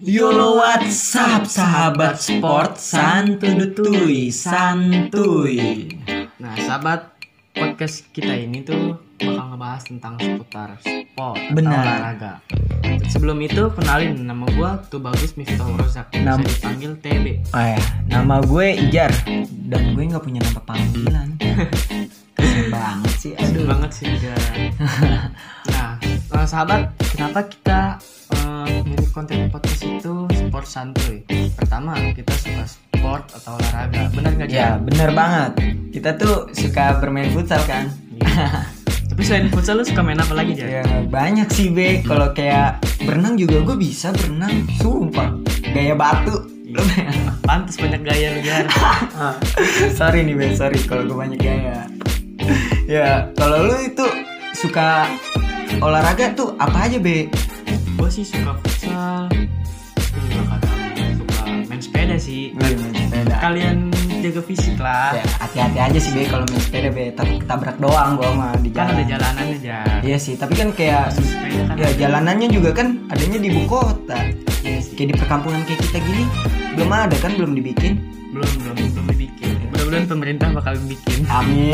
Yolo WhatsApp sahabat sport santuy santuy. Nah sahabat, podcast kita ini tuh bakal ngebahas tentang seputar sport atau olahraga. Sebelum itu kenalin, nama gue tuh Bagus Miftahul Rozak, bisa dipanggil TB. Oh ya, nama gue Ijar dan gue nggak punya nama panggilan. Kasian banget sih, aduh banget sih Ijar. Nah sahabat, kenapa kita mirip konten podcast itu sport santuy? Pertama, kita suka sport atau olahraga, benar nggak? Ya benar banget. Kita tuh suka bermain futsal kan. Tapi selain futsal lu suka main apa lagi, Jar? Ya banyak sih Be. Kalau kayak berenang juga gue bisa berenang. Sumpah, gaya batu. Pantes banyak gaya lu, Jar. Sorry nih Be, sorry kalau gue banyak gaya. Ya kalau lu itu suka olahraga tuh apa aja Be? Gue sih suka futsal. Gue juga kadang suka main sepeda sih. Main sepeda. Kalian jaga fisik lah. Ya, hati-hati aja sih Be kalau main sepeda Be, ketabrak doang gua mah di jalan. Kan ada jalanannya aja. Iya sih, tapi kan kayak sepeda kan ya jalanannya juga kan adanya di ibu kota. Iya sih. Kayak di perkampungan kayak kita gini belum ada kan, belum dibikin. Belum dibikin. Mudah-mudahan pemerintah bakal bikin. Amin.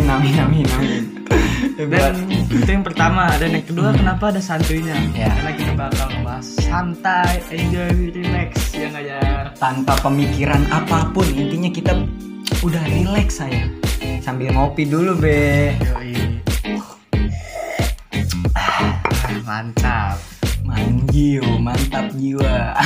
Dan itu yang pertama. Dan yang kedua, kenapa ada santuinya? Ya. Karena kita bakal ngebahas santai, enjoy, relax, ya nggak ya? Tanpa pemikiran apapun, intinya kita udah relax saya. Sambil ngopi dulu Be. Yoi. Mantap. Mantap jiwa.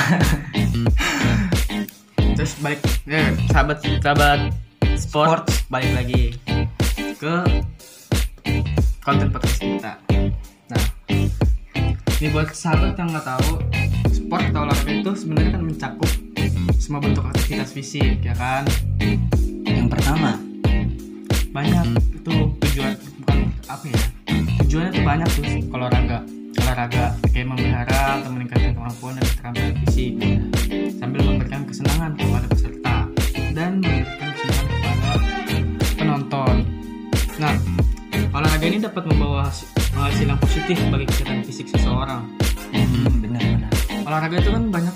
Terus balik, sahabat sport, balik lagi ke konten podcast kita. Nah, ini buat sahabat yang nggak tahu, sport atau olahraga itu sebenarnya kan mencakup semua bentuk aktivitas fisik, ya kan? Yang pertama, banyak itu tujuan, bukan apa ya? Tujuannya tuh banyak tuh olahraga kayak memelihara atau meningkatkan kemampuan dan keterampilan fisik, sambil memberikan kesenangan kepada peserta dan memberikan kesenangan kepada penonton. Nah, olahraga ini dapat membawa hasil yang positif bagi kesehatan fisik seseorang. Benar. Olahraga itu kan banyak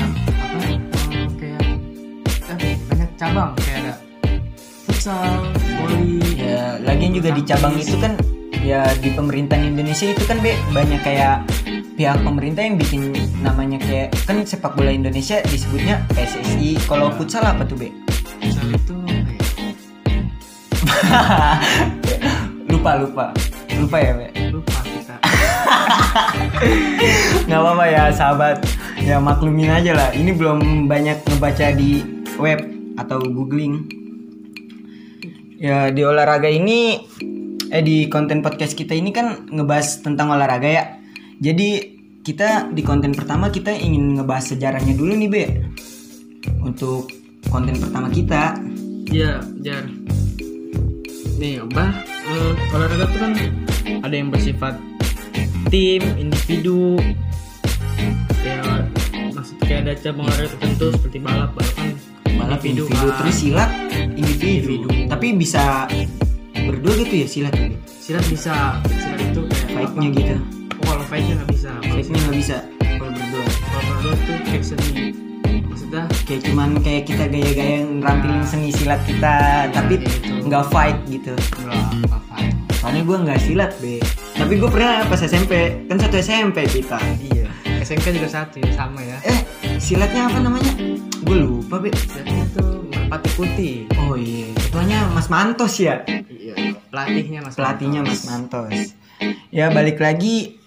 banyak cabang, kayak ada futsal, voli. Ya, lagian juga di cabang itu kan ya di pemerintahan Indonesia itu kan Be, banyak kayak pihak pemerintah yang bikin namanya kayak kan sepak bola Indonesia disebutnya PSSI. Kalau futsal apa tuh Be? Futsal itu lupa ya Be? Lupa kita. Nggak apa-apa ya sahabat, ya maklumin aja lah. Ini belum banyak ngebaca di web atau googling. Ya di olahraga ini di konten podcast kita ini kan ngebahas tentang olahraga ya. Jadi kita di konten pertama kita ingin ngebahas sejarahnya dulu nih Be. Untuk konten pertama kita. Iya, Jar. Nih, olahraga tuh kan ada yang bersifat tim, individu. Ya, maksudnya kayak ada cabang olahraga tertentu seperti balap kan Individu. Terus silat individu. Tapi bisa berdua gitu ya silat ini? Silat bisa. Silat itu kayak fight-nya gitu. Kalau fight-nya nggak bisa. Fight-nya nggak bisa. Kalau berdua tuh kayak seni. Maksudnya kayak cuman kayak kita gaya-gaya ngerampilin seni silat kita, tapi nggak fight gitu. Nggak fight. Soalnya gue nggak silat Be. Tapi gue pernah pas SMP, kan satu SMP kita. Iya. SMK juga satu ya, sama ya. Silatnya apa namanya? Gue lupa Be. Silatnya tuh merpati putih. Oh iya. Ketuanya Mas Mantos ya. Iya. Pelatihnya Mas Mantos. Ya balik lagi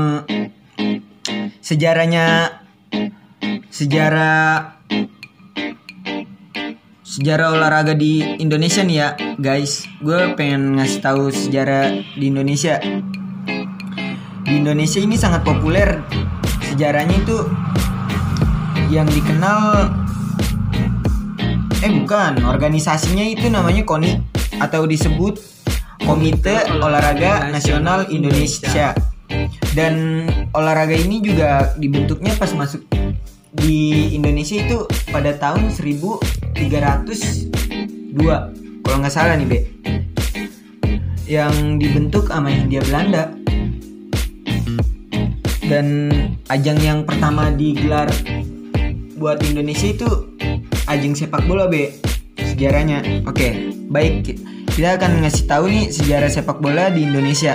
sejarah olahraga di Indonesia nih ya guys. Gue pengen ngasih tahu sejarah di Indonesia. Di Indonesia ini sangat populer sejarahnya itu yang dikenal organisasinya itu namanya KONI atau disebut Komite Olahraga Nasional Indonesia. Dan olahraga ini juga dibentuknya pas masuk di Indonesia itu pada tahun 1302 kalau nggak salah nih Be. Yang dibentuk sama Hindia Belanda. Dan ajang yang pertama digelar buat Indonesia itu ajang sepak bola Be, sejarahnya. Oke, baik, kita akan ngasih tahu nih sejarah sepak bola di Indonesia.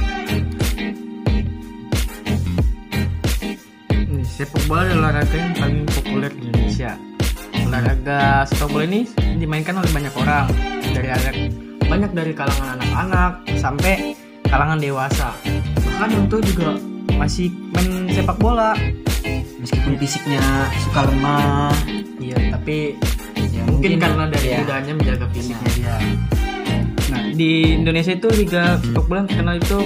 Sepak bola adalah olahraga yang paling populer di Indonesia. Olahraga sepak bola ini dimainkan oleh banyak orang, banyak dari kalangan anak-anak sampai kalangan dewasa. Bahkan untuk juga masih main sepak bola Meskipun fisiknya suka lemah. Iya, tapi Ya, mungkin karena dari ya, budayanya menjaga fisiknya dia. Nah, di Indonesia itu liga sepak bola yang terkenal itu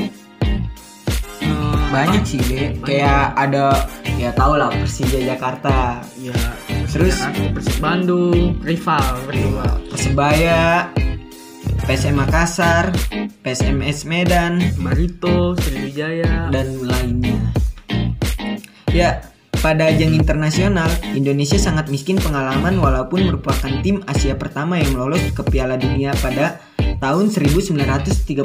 banyak sih Be. Kayak ada, ya tau lah, Persija Jakarta, ya, terus Persib Bandung, rival. Persebaya, PSM Makassar, PSMS Medan, Barito, Sriwijaya, dan lainnya. Ya, pada ajang internasional, Indonesia sangat miskin pengalaman walaupun merupakan tim Asia pertama yang lolos ke Piala Dunia pada tahun 1938.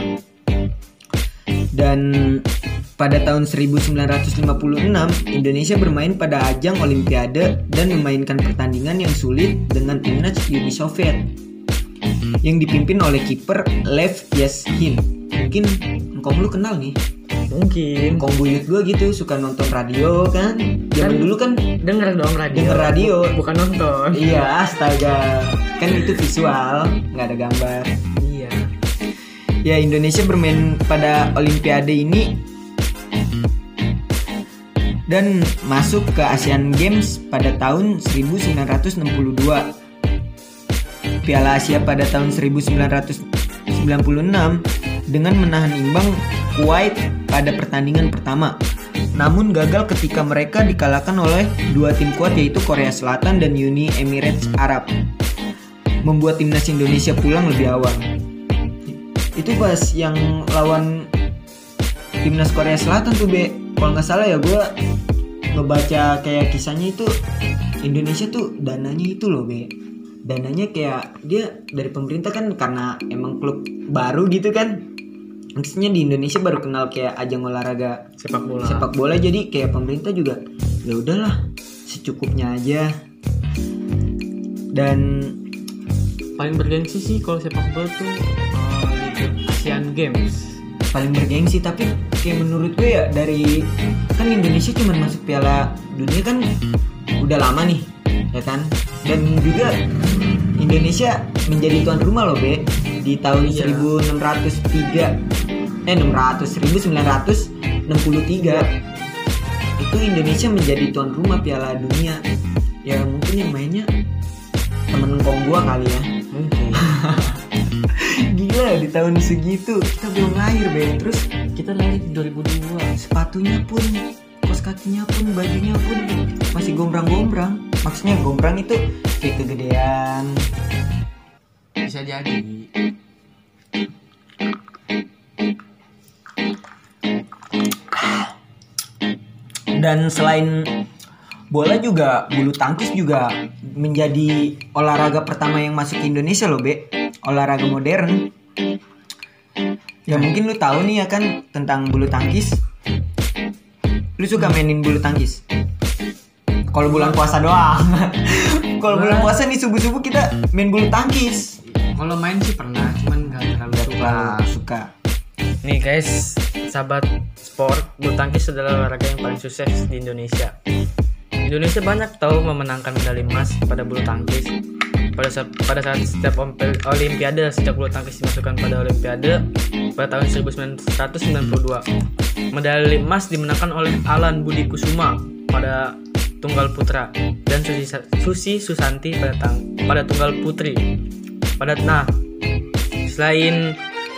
Dan pada tahun 1956, Indonesia bermain pada ajang Olimpiade dan memainkan pertandingan yang sulit dengan timnas Uni Soviet yang dipimpin oleh kiper Lev Yashin. Mungkin engkau lu kenal nih. mungkin Engkau buyut gue gitu, suka nonton radio kan. Zaman dulu kan denger dong radio. denger radio. Bukan nonton. Iya, astaga. Kan itu visual, nggak ada gambar. Iya. Ya, Indonesia bermain pada Olimpiade ini dan masuk ke Asian Games pada tahun 1962. Piala Asia pada tahun 1996 dengan menahan imbang Kuwait pada pertandingan pertama. Namun gagal ketika mereka dikalahkan oleh dua tim kuat yaitu Korea Selatan dan Uni Emirat Arab, membuat timnas Indonesia pulang lebih awal. Itu pas yang lawan timnas Korea Selatan tuh Be, kalau nggak salah ya, gue ngebaca kayak kisahnya itu Indonesia tuh dananya itu loh Be, dananya kayak dia dari pemerintah kan, karena emang klub baru gitu kan, maksudnya di Indonesia baru kenal kayak ajang olahraga sepak bola, jadi kayak pemerintah juga ya udahlah secukupnya aja. Dan Paling bergengsi sih kalau sepak bola tuh Asian Games. paling bergengsi, tapi kayak menurut gue ya, dari kan Indonesia cuma masuk Piala Dunia kan udah lama nih ya kan, dan juga Indonesia menjadi tuan rumah loh Be di tahun 1963 itu Indonesia menjadi tuan rumah Piala Dunia. Ya mungkin yang mainnya temen kong gua kali ya. Mungkin. Gila, di tahun segitu kita belum lahir Be. Terus Kita lahir di 2002. sepatunya pun, kaos kakinya pun, bajunya pun masih gombrang-gombrang. Maksudnya gombrang itu kayak kegedean. Bisa jadi. Dan selain bola juga bulu tangkis juga menjadi olahraga pertama yang masuk ke Indonesia loh Be. Olahraga modern. Ya mungkin lu tahu nih ya kan tentang bulu tangkis. Lu suka mainin bulu tangkis? Kalau bulan puasa doang. Kalau bulan puasa nih subuh-subuh kita main bulu tangkis. Kalau main sih pernah, cuman nggak terlalu suka. Suka. Nih guys, sahabat sport, bulu tangkis adalah olahraga yang paling sukses di Indonesia. Indonesia banyak tahu memenangkan medali emas pada bulu tangkis. Pada saat setiap Olimpiade, sejak bulu tangkis dimasukkan pada Olimpiade pada tahun 1992. Medali emas dimenangkan oleh Alan Budi Kusuma pada tunggal putra dan Susi Susanti pada tunggal putri. Selain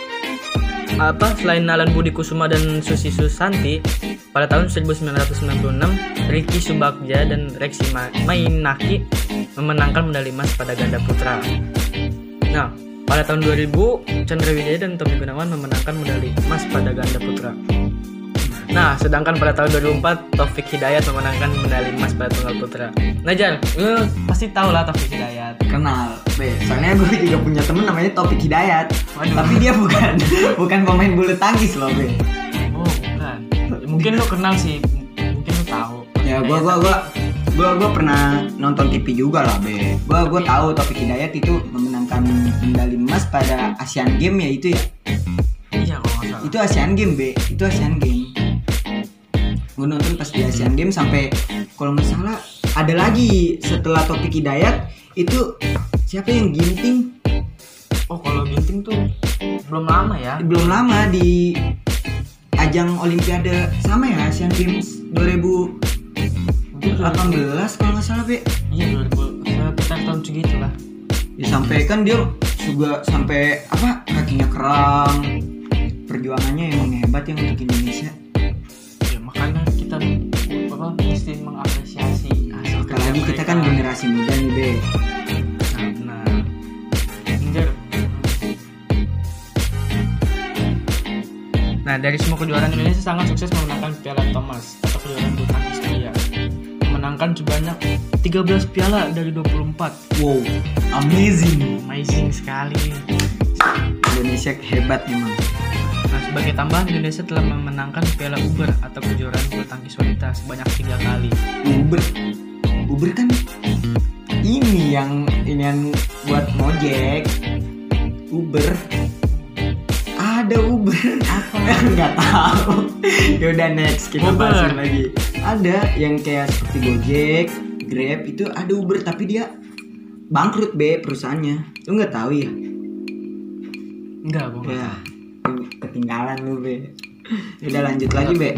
Alan Budi Kusuma dan Susi Susanti, pada tahun 1996 Ricky Subagja dan Reksi Mainaki memenangkan medali emas pada ganda putra. Nah, pada tahun 2000 Chandra Wijaya dan Tommy Gunawan memenangkan medali emas pada ganda putra. Nah, sedangkan pada tahun 2004 Taufik Hidayat memenangkan medali emas pada tunggal putra. Nah, Jar, lu pasti tahu lah Taufik Hidayat. Kenal, Be. Soalnya gue juga punya temen namanya Taufik Hidayat. Waduh. Tapi dia bukan pemain bulu tangkis loh, Be. Oh, bukan. Mungkin lu kenal sih, mungkin lu tahu. Ya, gue Gue pernah nonton TV juga lah be. Gue tahu Taufik Hidayat itu memenangkan medali emas pada Asian Games ya itu ya. Iya kalau nggak salah. Itu Asian Games be. Itu Asian Games. Gue nonton pas di Asian Games sampai kalau nggak salah ada lagi setelah Taufik Hidayat itu siapa yang ginting? Oh kalau ginting tuh belum lama ya. Belum lama di ajang Olimpiade sama ya Asian Games 2018 kalau nggak salah be. Iya 2000 sekitar tahun segitu lah. Ya sampai kan dia juga sampai apa kakinya kram. Perjuangannya emang hebat ya untuk Indonesia. Ya makanya kita mesti mengapresiasi hasil kerja Apalagi mereka. kita kan generasi muda nih be. Nah, Anjir. Nah, dari semua kejuaraan Indonesia sangat sukses memenangkan Piala Thomas atau kejuaraan bulu tangkis pria. Memenangkan sebanyak 13 piala dari 24. Wow, amazing. Amazing sekali. Indonesia hebat memang. Nah, sebagai tambahan Indonesia telah memenangkan Piala Uber atau kejuaraan bulu tangkis wanita sebanyak 3 kali. Uber kan ini yang buat ngojek. Uber ada Uber apa nggak tahu. Yaudah next kita Uber. bahas lagi. Ada yang kayak seperti Gojek, Grab itu ada Uber tapi dia bangkrut be perusahaannya. Lu nggak tahu ya? Enggak, Bang. Ya ketinggalan lu be. Udah lanjut lagi be.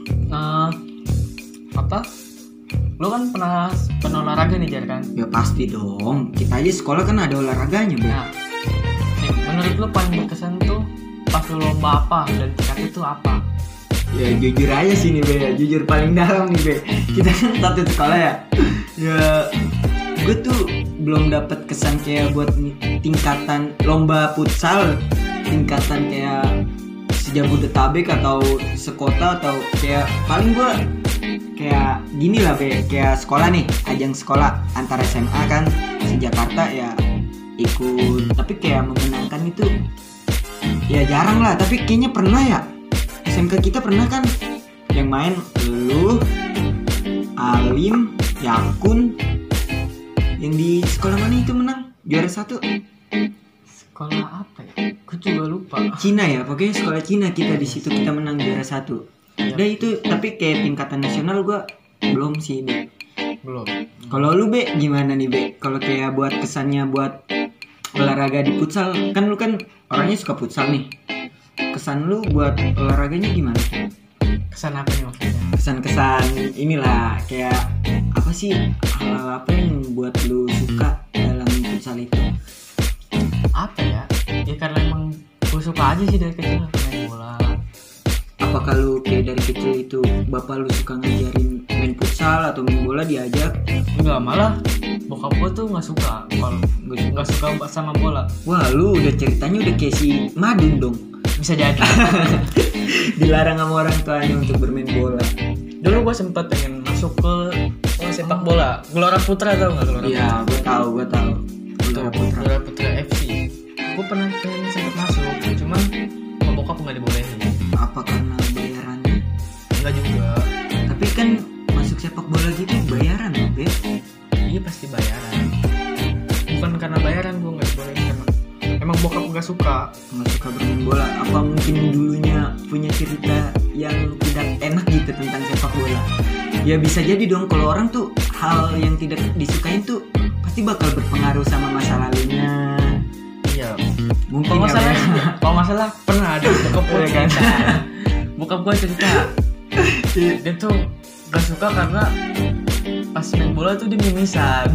Apa? Lu kan pernah olahraga nih Jar kan? Ya pasti dong. Kita aja sekolah kan ada olahraganya be. Nah, menurut lu paling berkesan tuh pas lu lomba apa dan tingkat itu apa? Ya jujur aja sih nih be, jujur paling dalam nih be. Kita kan satu sekolah ya. Ya gue tuh belum dapat kesan kayak buat tingkatan lomba futsal, tingkatan kayak sejabodetabek atau sekota atau kayak paling gue kayak gini lah be, kayak sekolah nih, ajang sekolah antar SMA kan se-Jakarta ya ikut, tapi kayak memenangkan itu ya jarang lah, tapi kayaknya pernah ya. SMK kita pernah kan yang main lu, Alim, Yakun, yang di sekolah mana itu menang juara 1? Sekolah apa ya? Gue juga lupa. Cina ya, pokoknya sekolah Cina kita di situ kita menang juara 1. Udah itu, tapi kayak tingkatan nasional gua belum sih be. Belum. Kalau lu be gimana nih be? Kalau kayak buat kesannya buat olahraga di futsal, kan lu kan orangnya suka futsal nih. Kesan lu buat olahraganya gimana? Kesan apa nih maksudnya? Kesan-kesan inilah kayak apa sih hal apa yang buat lu suka dalam futsal itu? Apa ya? Ya karena emang gue suka aja sih dari kecil main bola. Apakah lu kayak dari kecil itu bapak lu suka ngajarin main futsal atau main bola diajak? Enggak, malah bokap gue tuh nggak suka kalau nggak suka sama bola. Wah lu udah ceritanya udah kayak si Madun dong. Bisa jadi. Dilarang sama orang tuanya untuk bermain bola. Dulu gue sempet pengen masuk ke sepak bola, Gelora Putra, tau nggak Gelora Iya, gue tahu. Putra? Gelora Putra FC. Gue pernah pengen sempet masuk, cuman sama bokap nggak dibolehin. Apa karena bayarannya? Enggak juga. Tapi kan masuk sepak bola gitu bayaran loh, Be. Iya pasti bayaran. Bukan karena bayaran gue nggak dibolehin, karena emang bokap nggak suka. Nggak suka bermain bola. Apa mungkin dulunya punya cerita yang tidak enak gitu tentang sepak bola? Ya bisa jadi dong, kalau orang tuh hal yang tidak disukain tuh pasti bakal berpengaruh sama masa lalunya. Iya. Mungkin Kalau ya, Be. nggak salah pernah ada bokap gue Iya kan? cerita. Bokap gue cerita. Dia tuh nggak suka karena pas main bola tuh dia mimisan.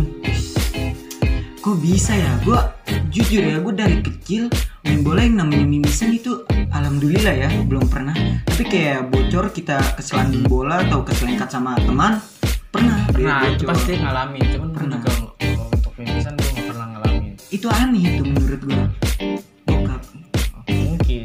Kok bisa ya? Gue jujur ya, gue dari kecil main bola yang namanya mimisan itu alhamdulillah ya belum pernah. Tapi kayak bocor kita keselambing bola atau keselengkat sama teman pernah. Pernah, Dia itu bocor. pasti ngalamin. Cuman Pernah. juga kalau untuk mimisan gue nggak pernah ngalamin. Itu aneh itu menurut gue. Bokap. Mungkin.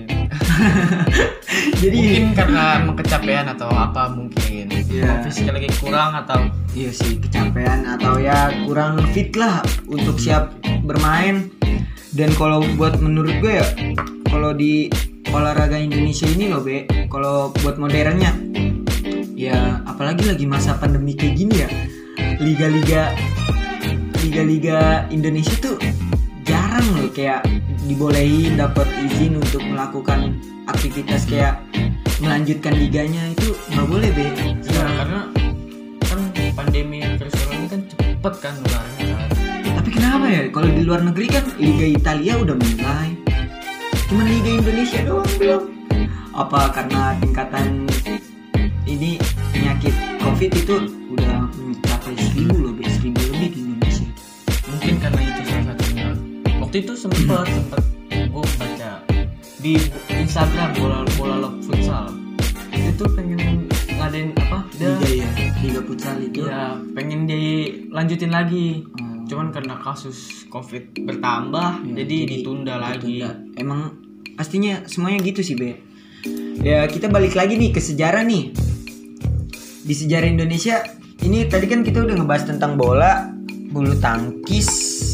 Jadi Mungkin karena emang kecapean atau apa mungkin. Iya. Fisiknya lagi kurang atau iya sih kecapean atau ya kurang fit lah untuk siap bermain. Dan kalau buat menurut gue ya, kalau di olahraga Indonesia ini loh Be, kalau buat modernnya ya apalagi lagi masa pandemi kayak gini ya, liga Indonesia tuh jarang loh kayak dibolehin dapat izin untuk melakukan aktivitas kayak melanjutkan liganya, itu nggak boleh be. Ya, karena kan pandemi virus corona ini kan cepet kan nularnya kan. Tapi kenapa ya kalau di luar negeri kan Liga Italia udah mulai, cuman Liga Indonesia doang belum. Apa karena tingkatan ini penyakit COVID itu udah mencapai 1000 loh, 1000 lebih di Indonesia. Mungkin karena itu salah satunya. Waktu itu sempet gue baca di Instagram bola futsal itu pengen ngadain Liga futsal itu ya, pengen dilanjutin lagi. Cuman karena kasus COVID bertambah ya, jadi ditunda lagi. Emang pastinya semuanya gitu sih be. Ya kita balik lagi nih ke sejarah nih. Di sejarah Indonesia ini tadi kan kita udah ngebahas tentang bola, bulu tangkis,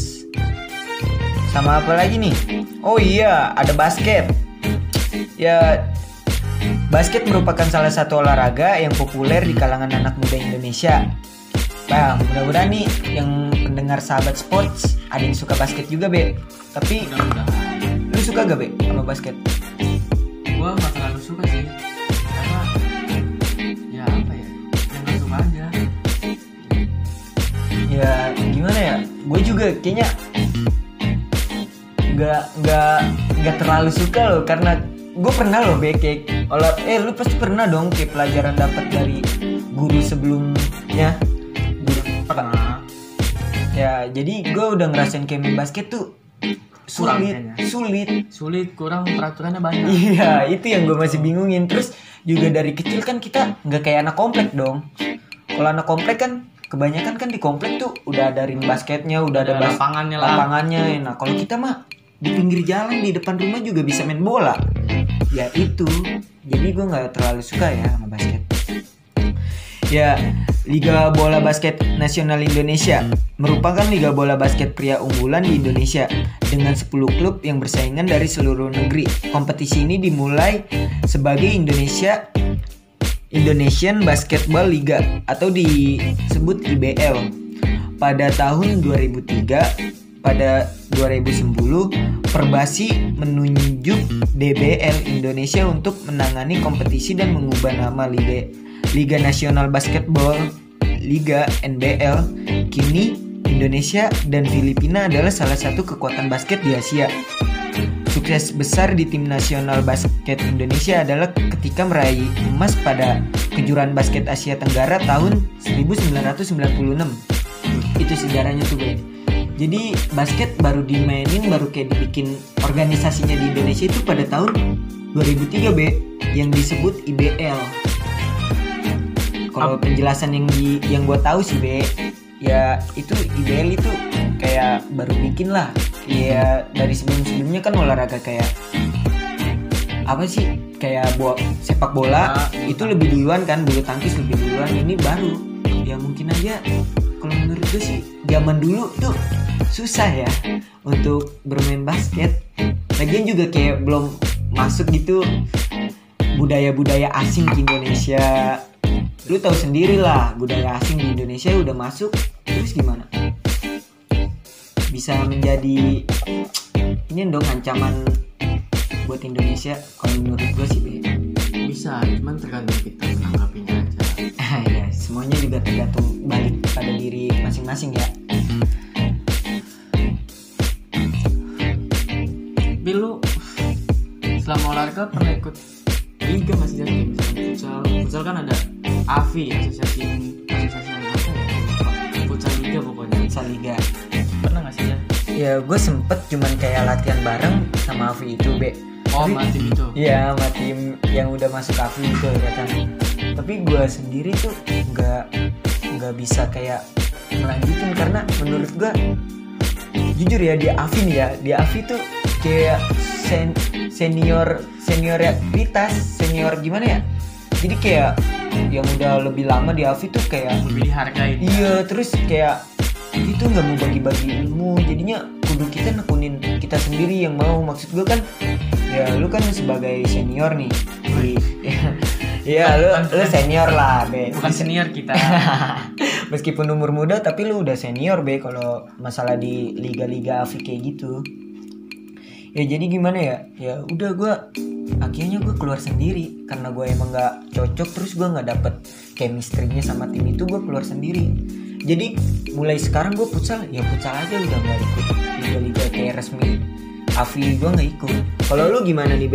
sama apa lagi nih? Oh iya, ada basket. Ya, basket merupakan salah satu olahraga yang populer di kalangan anak muda Indonesia. Nah, mudah-mudahan nih yang pendengar sahabat sports ada yang suka basket juga be. Tapi lu suka gak be sama basket? Gua gak terlalu suka sih, karena ya apa ya, yang gak suka aja. Ya gimana ya, gue juga kayaknya nggak terlalu suka loh, karena gue pernah loh be kayak lu pasti pernah dong kayak pelajaran dapat dari guru sebelumnya. Pernah. Ya jadi gue udah ngerasain kayak main basket tuh sulit, kurang peraturannya banyak. Iya, itu yang gue masih bingungin. Terus juga dari kecil kan kita nggak kayak anak komplek dong. Kalau anak komplek kan kebanyakan kan di komplek tuh udah ada ring basketnya, udah ada lapangannya. Nah kalau kita mah di pinggir jalan di depan rumah juga bisa main bola. Ya itu, jadi gue nggak terlalu suka ya sama basket. Ya, Liga Bola Basket Nasional Indonesia merupakan liga bola basket pria unggulan di Indonesia dengan 10 klub yang bersaingan dari seluruh negeri. Kompetisi ini dimulai sebagai Indonesian Basketball Liga atau disebut IBL pada tahun 2003. Pada 2010, Perbasi menunjuk DBL Indonesia untuk menangani kompetisi dan mengubah nama Liga Nasional Basketball Liga NBL. Kini Indonesia dan Filipina adalah salah satu kekuatan basket di Asia. Sukses besar di tim nasional basket Indonesia adalah ketika meraih emas pada kejuaraan basket Asia Tenggara tahun 1996. Itu sejarahnya tuh be. Jadi basket baru dimainin, baru kayak dibikin organisasinya di Indonesia itu pada tahun 2003 be, yang disebut IBL. Kalau penjelasan yang gue tahu sih be, ya itu IBL itu kayak baru bikin lah. Ya dari sebelumnya kan olahraga kayak apa sih, kayak sepak bola itu lebih duluan kan, bulu tangkis lebih duluan, ini baru. Ya mungkin aja kalau menurut gue sih zaman dulu tuh susah ya untuk bermain basket. Lagian juga kayak belum masuk gitu budaya-budaya asing di Indonesia. Lu tahu sendiri lah, budaya asing di Indonesia udah masuk, terus gimana? Bisa menjadi ini dong ancaman buat Indonesia. Kalau menurut gue sih bisa, cuman tergantung kita menanggapinya aja. Ya, semuanya juga tergantung balik pada diri masing-masing ya. Tapi lu selama olahraga pernah ikut liga masih jadi futsal kan ada AFI, asosiasi futsal liga pokoknya. Futsal liga. Pernah nggak sih ya? Ya gue sempet cuman kayak latihan bareng sama AFI itu be. Oh sama tim itu? Iya sama tim yang udah masuk AFI itu ya kan. Tapi gue sendiri tuh nggak bisa kayak melanjutin, karena menurut gue jujur ya di AFI nih ya, di AFI tuh kayak senioritas gimana ya, jadi kayak yang udah lebih lama di AFI tuh kayak lebih dihargai. Iya, terus kayak itu nggak mau bagi-bagi ilmu, jadinya kudu kita nekunin kita sendiri yang mau. Maksud gue kan ya lu kan sebagai senior nih Iya lu senior lah be. Bukan senior kita. Meskipun umur muda tapi lu udah senior be kalau masalah di liga-liga AFI kayak gitu. Ya jadi gimana ya? Ya udah akhirnya gue keluar sendiri karena gue emang nggak cocok, terus gue nggak dapet chemistry-nya sama tim itu, gue keluar sendiri. Jadi mulai sekarang gue futsal aja, udah nggak ikut liga-liga kayak resmi AFI, gue nggak ikut. Kalau lu gimana nih be?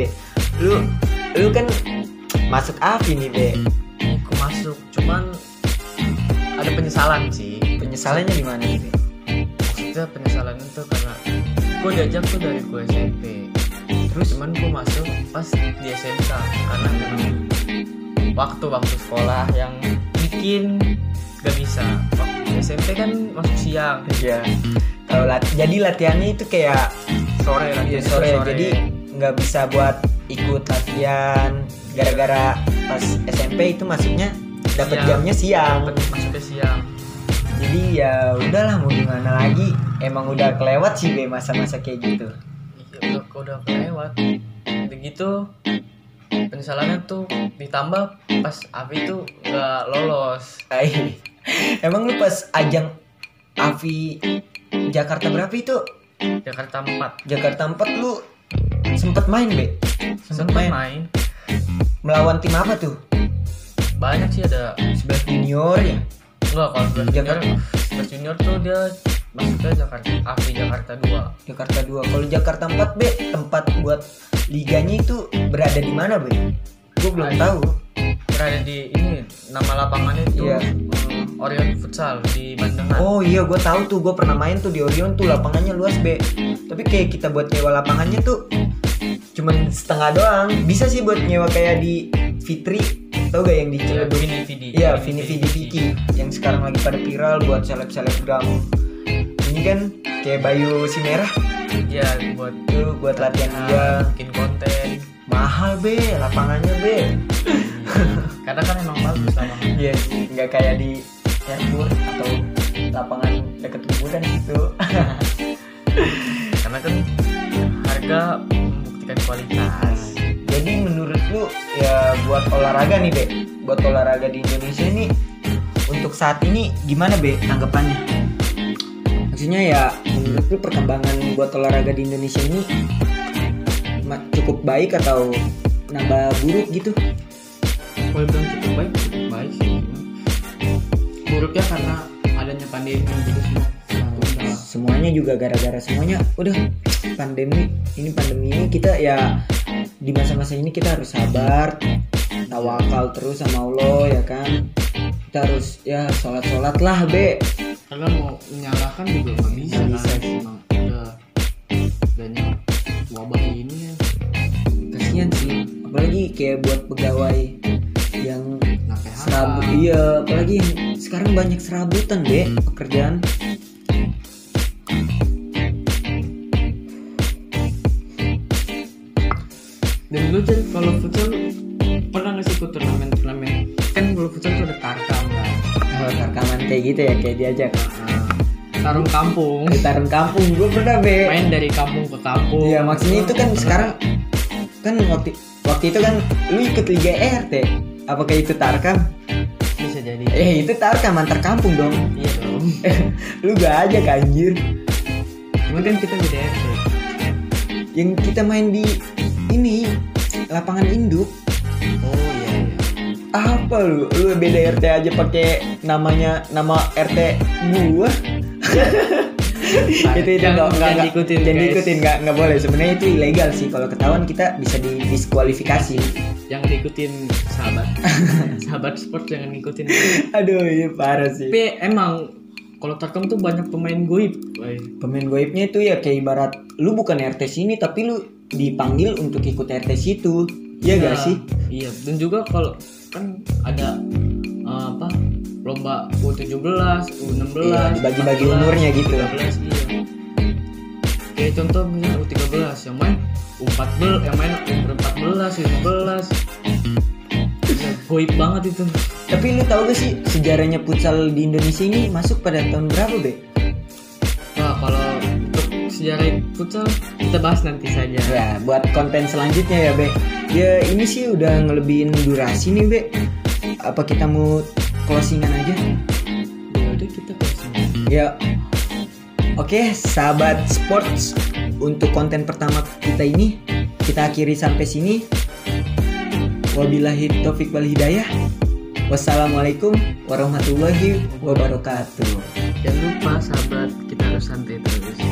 Lu kan masuk AFI nih be? Aku masuk, cuman ada penyesalan sih. Penyesalannya di mana nih be? Maksudnya penyesalan itu karena gue diajak tuh dari gue SMP. Terus cuman gue masuk pas di SMK karena memang waktu sekolah yang bikin gak bisa. Waktu SMP kan masuk siang. Iya. Jadi latihannya itu kayak sore. Jadi nggak bisa buat ikut latihan gara-gara pas SMP itu masuknya dapat jamnya siang. Masuknya siang. Jadi ya udahlah, mau gimana lagi, emang udah kelewat sih be masa-masa kayak gitu. Iya, udah kelewat. Begitu penyesalannya tuh ditambah pas AFI tuh nggak lolos. Emang lu pas ajang AFI Jakarta berapa itu? Jakarta 4 lu sempet main be? Sempet main. Melawan tim apa tuh? Banyak sih, ada 11 junior ya? Enggak, kalau 11 junior tuh dia masuknya Jakarta AFI Jakarta 2. Jakarta 2. Kalau Jakarta 4 be, tempat buat liganya itu berada di mana be? Gue belum tahu. Berada di ini, nama lapangannya itu Orion Futsal di Bandengan. Oh iya, gue tahu tuh, gue pernah main tuh di Orion tuh, lapangannya luas be. Tapi kayak kita buat nyewa lapangannya tuh cuman setengah doang. Bisa sih buat nyewa kayak di Fitri, tau gak yang di Ciledug? Iya, Vini Vidi yang sekarang lagi pada viral buat seleb-selebgram. Ini kan kayak Bayu si Merah. Iya, buat latihan dia, bikin konten. Mahal be lapangannya be. Karena kan emang bagus lapangannya. Iya, nggak kayak di airport atau lapangan dekat kuburan gitu. Karena kan harga membuktikan kualitas. Jadi menurut lu ya buat olahraga nih be, buat olahraga di Indonesia ini untuk saat ini gimana be tanggapannya? Maksudnya ya menurut lu perkembangan buat olahraga di Indonesia ini cukup baik atau nambah buruk gitu? Kalau bilang cukup baik sih. Buruknya karena adanya pandemi gitu semua. Semuanya juga gara-gara semuanya udah pandemi ini kita ya di masa-masa ini kita harus sabar, tawakal terus sama Allah ya kan. Kita harus ya sholat lah be. Karena mau menyalahkan juga nggak bisa kan. Emang udahnya wabah ini ya. Kasian sih, apalagi kayak buat pegawai yang serabut. Iya, apalagi yang sekarang banyak serabutan be pekerjaan. Dan lu jadi kalau futsal pernah nggak sih ikut turnamen? Kan kalau futsal tuh ada tarkam kan. Oh, tarkaman kayak gitu ya, kayak diajak. Tarung kampung. Tarung kampung, gue pernah be. Main dari kampung ke kampung. Iya, maksudnya itu kan sekarang kan waktu itu kan lu ikut Liga RT. Apakah itu tarkam? Bisa jadi. Itu tarkam antar kampung dong. Iya dong. Lu gak aja anjir. Cuman kan kita beda RT. Yang kita main di ini lapangan induk. Oh iya. Apa lu beda RT aja pakai nama RT gua. itu nggak diikutin nggak boleh sebenarnya, itu ilegal sih. Kalau ketahuan kita bisa didiskualifikasi. Yang diikutin sahabat sport jangan ngikutin. Aduh iya parah sih. Tapi emang kalau tarkam tuh banyak pemain goib. Pemain goibnya itu ya kayak ibarat lu bukan RT sini tapi lu dipanggil untuk ikut RT situ. Iya gak sih? Iya, dan juga kalau kan ada lomba U17, U16, iya, dibagi-bagi umurnya gitu. 13, iya. Kayak contoh misalnya U13 yang main U14, yang main U14, U15. Goib banget itu. Tapi lu tahu gak sih sejarahnya futsal di Indonesia ini masuk pada tahun berapa be? Wah, kalau untuk sejarah futsal kita bahas nanti saja. Ya, buat konten selanjutnya ya be. Ya ini sih udah ngelebihin durasi nih be. Apa kita mau closingan aja? itu quotesnya. Ya. Oke, sahabat sports, untuk konten pertama kita ini kita akhiri sampai sini. Wabillahi taufik wal hidayah. Wassalamualaikum warahmatullahi wabarakatuh. Jangan lupa sahabat, kita harus santai terus.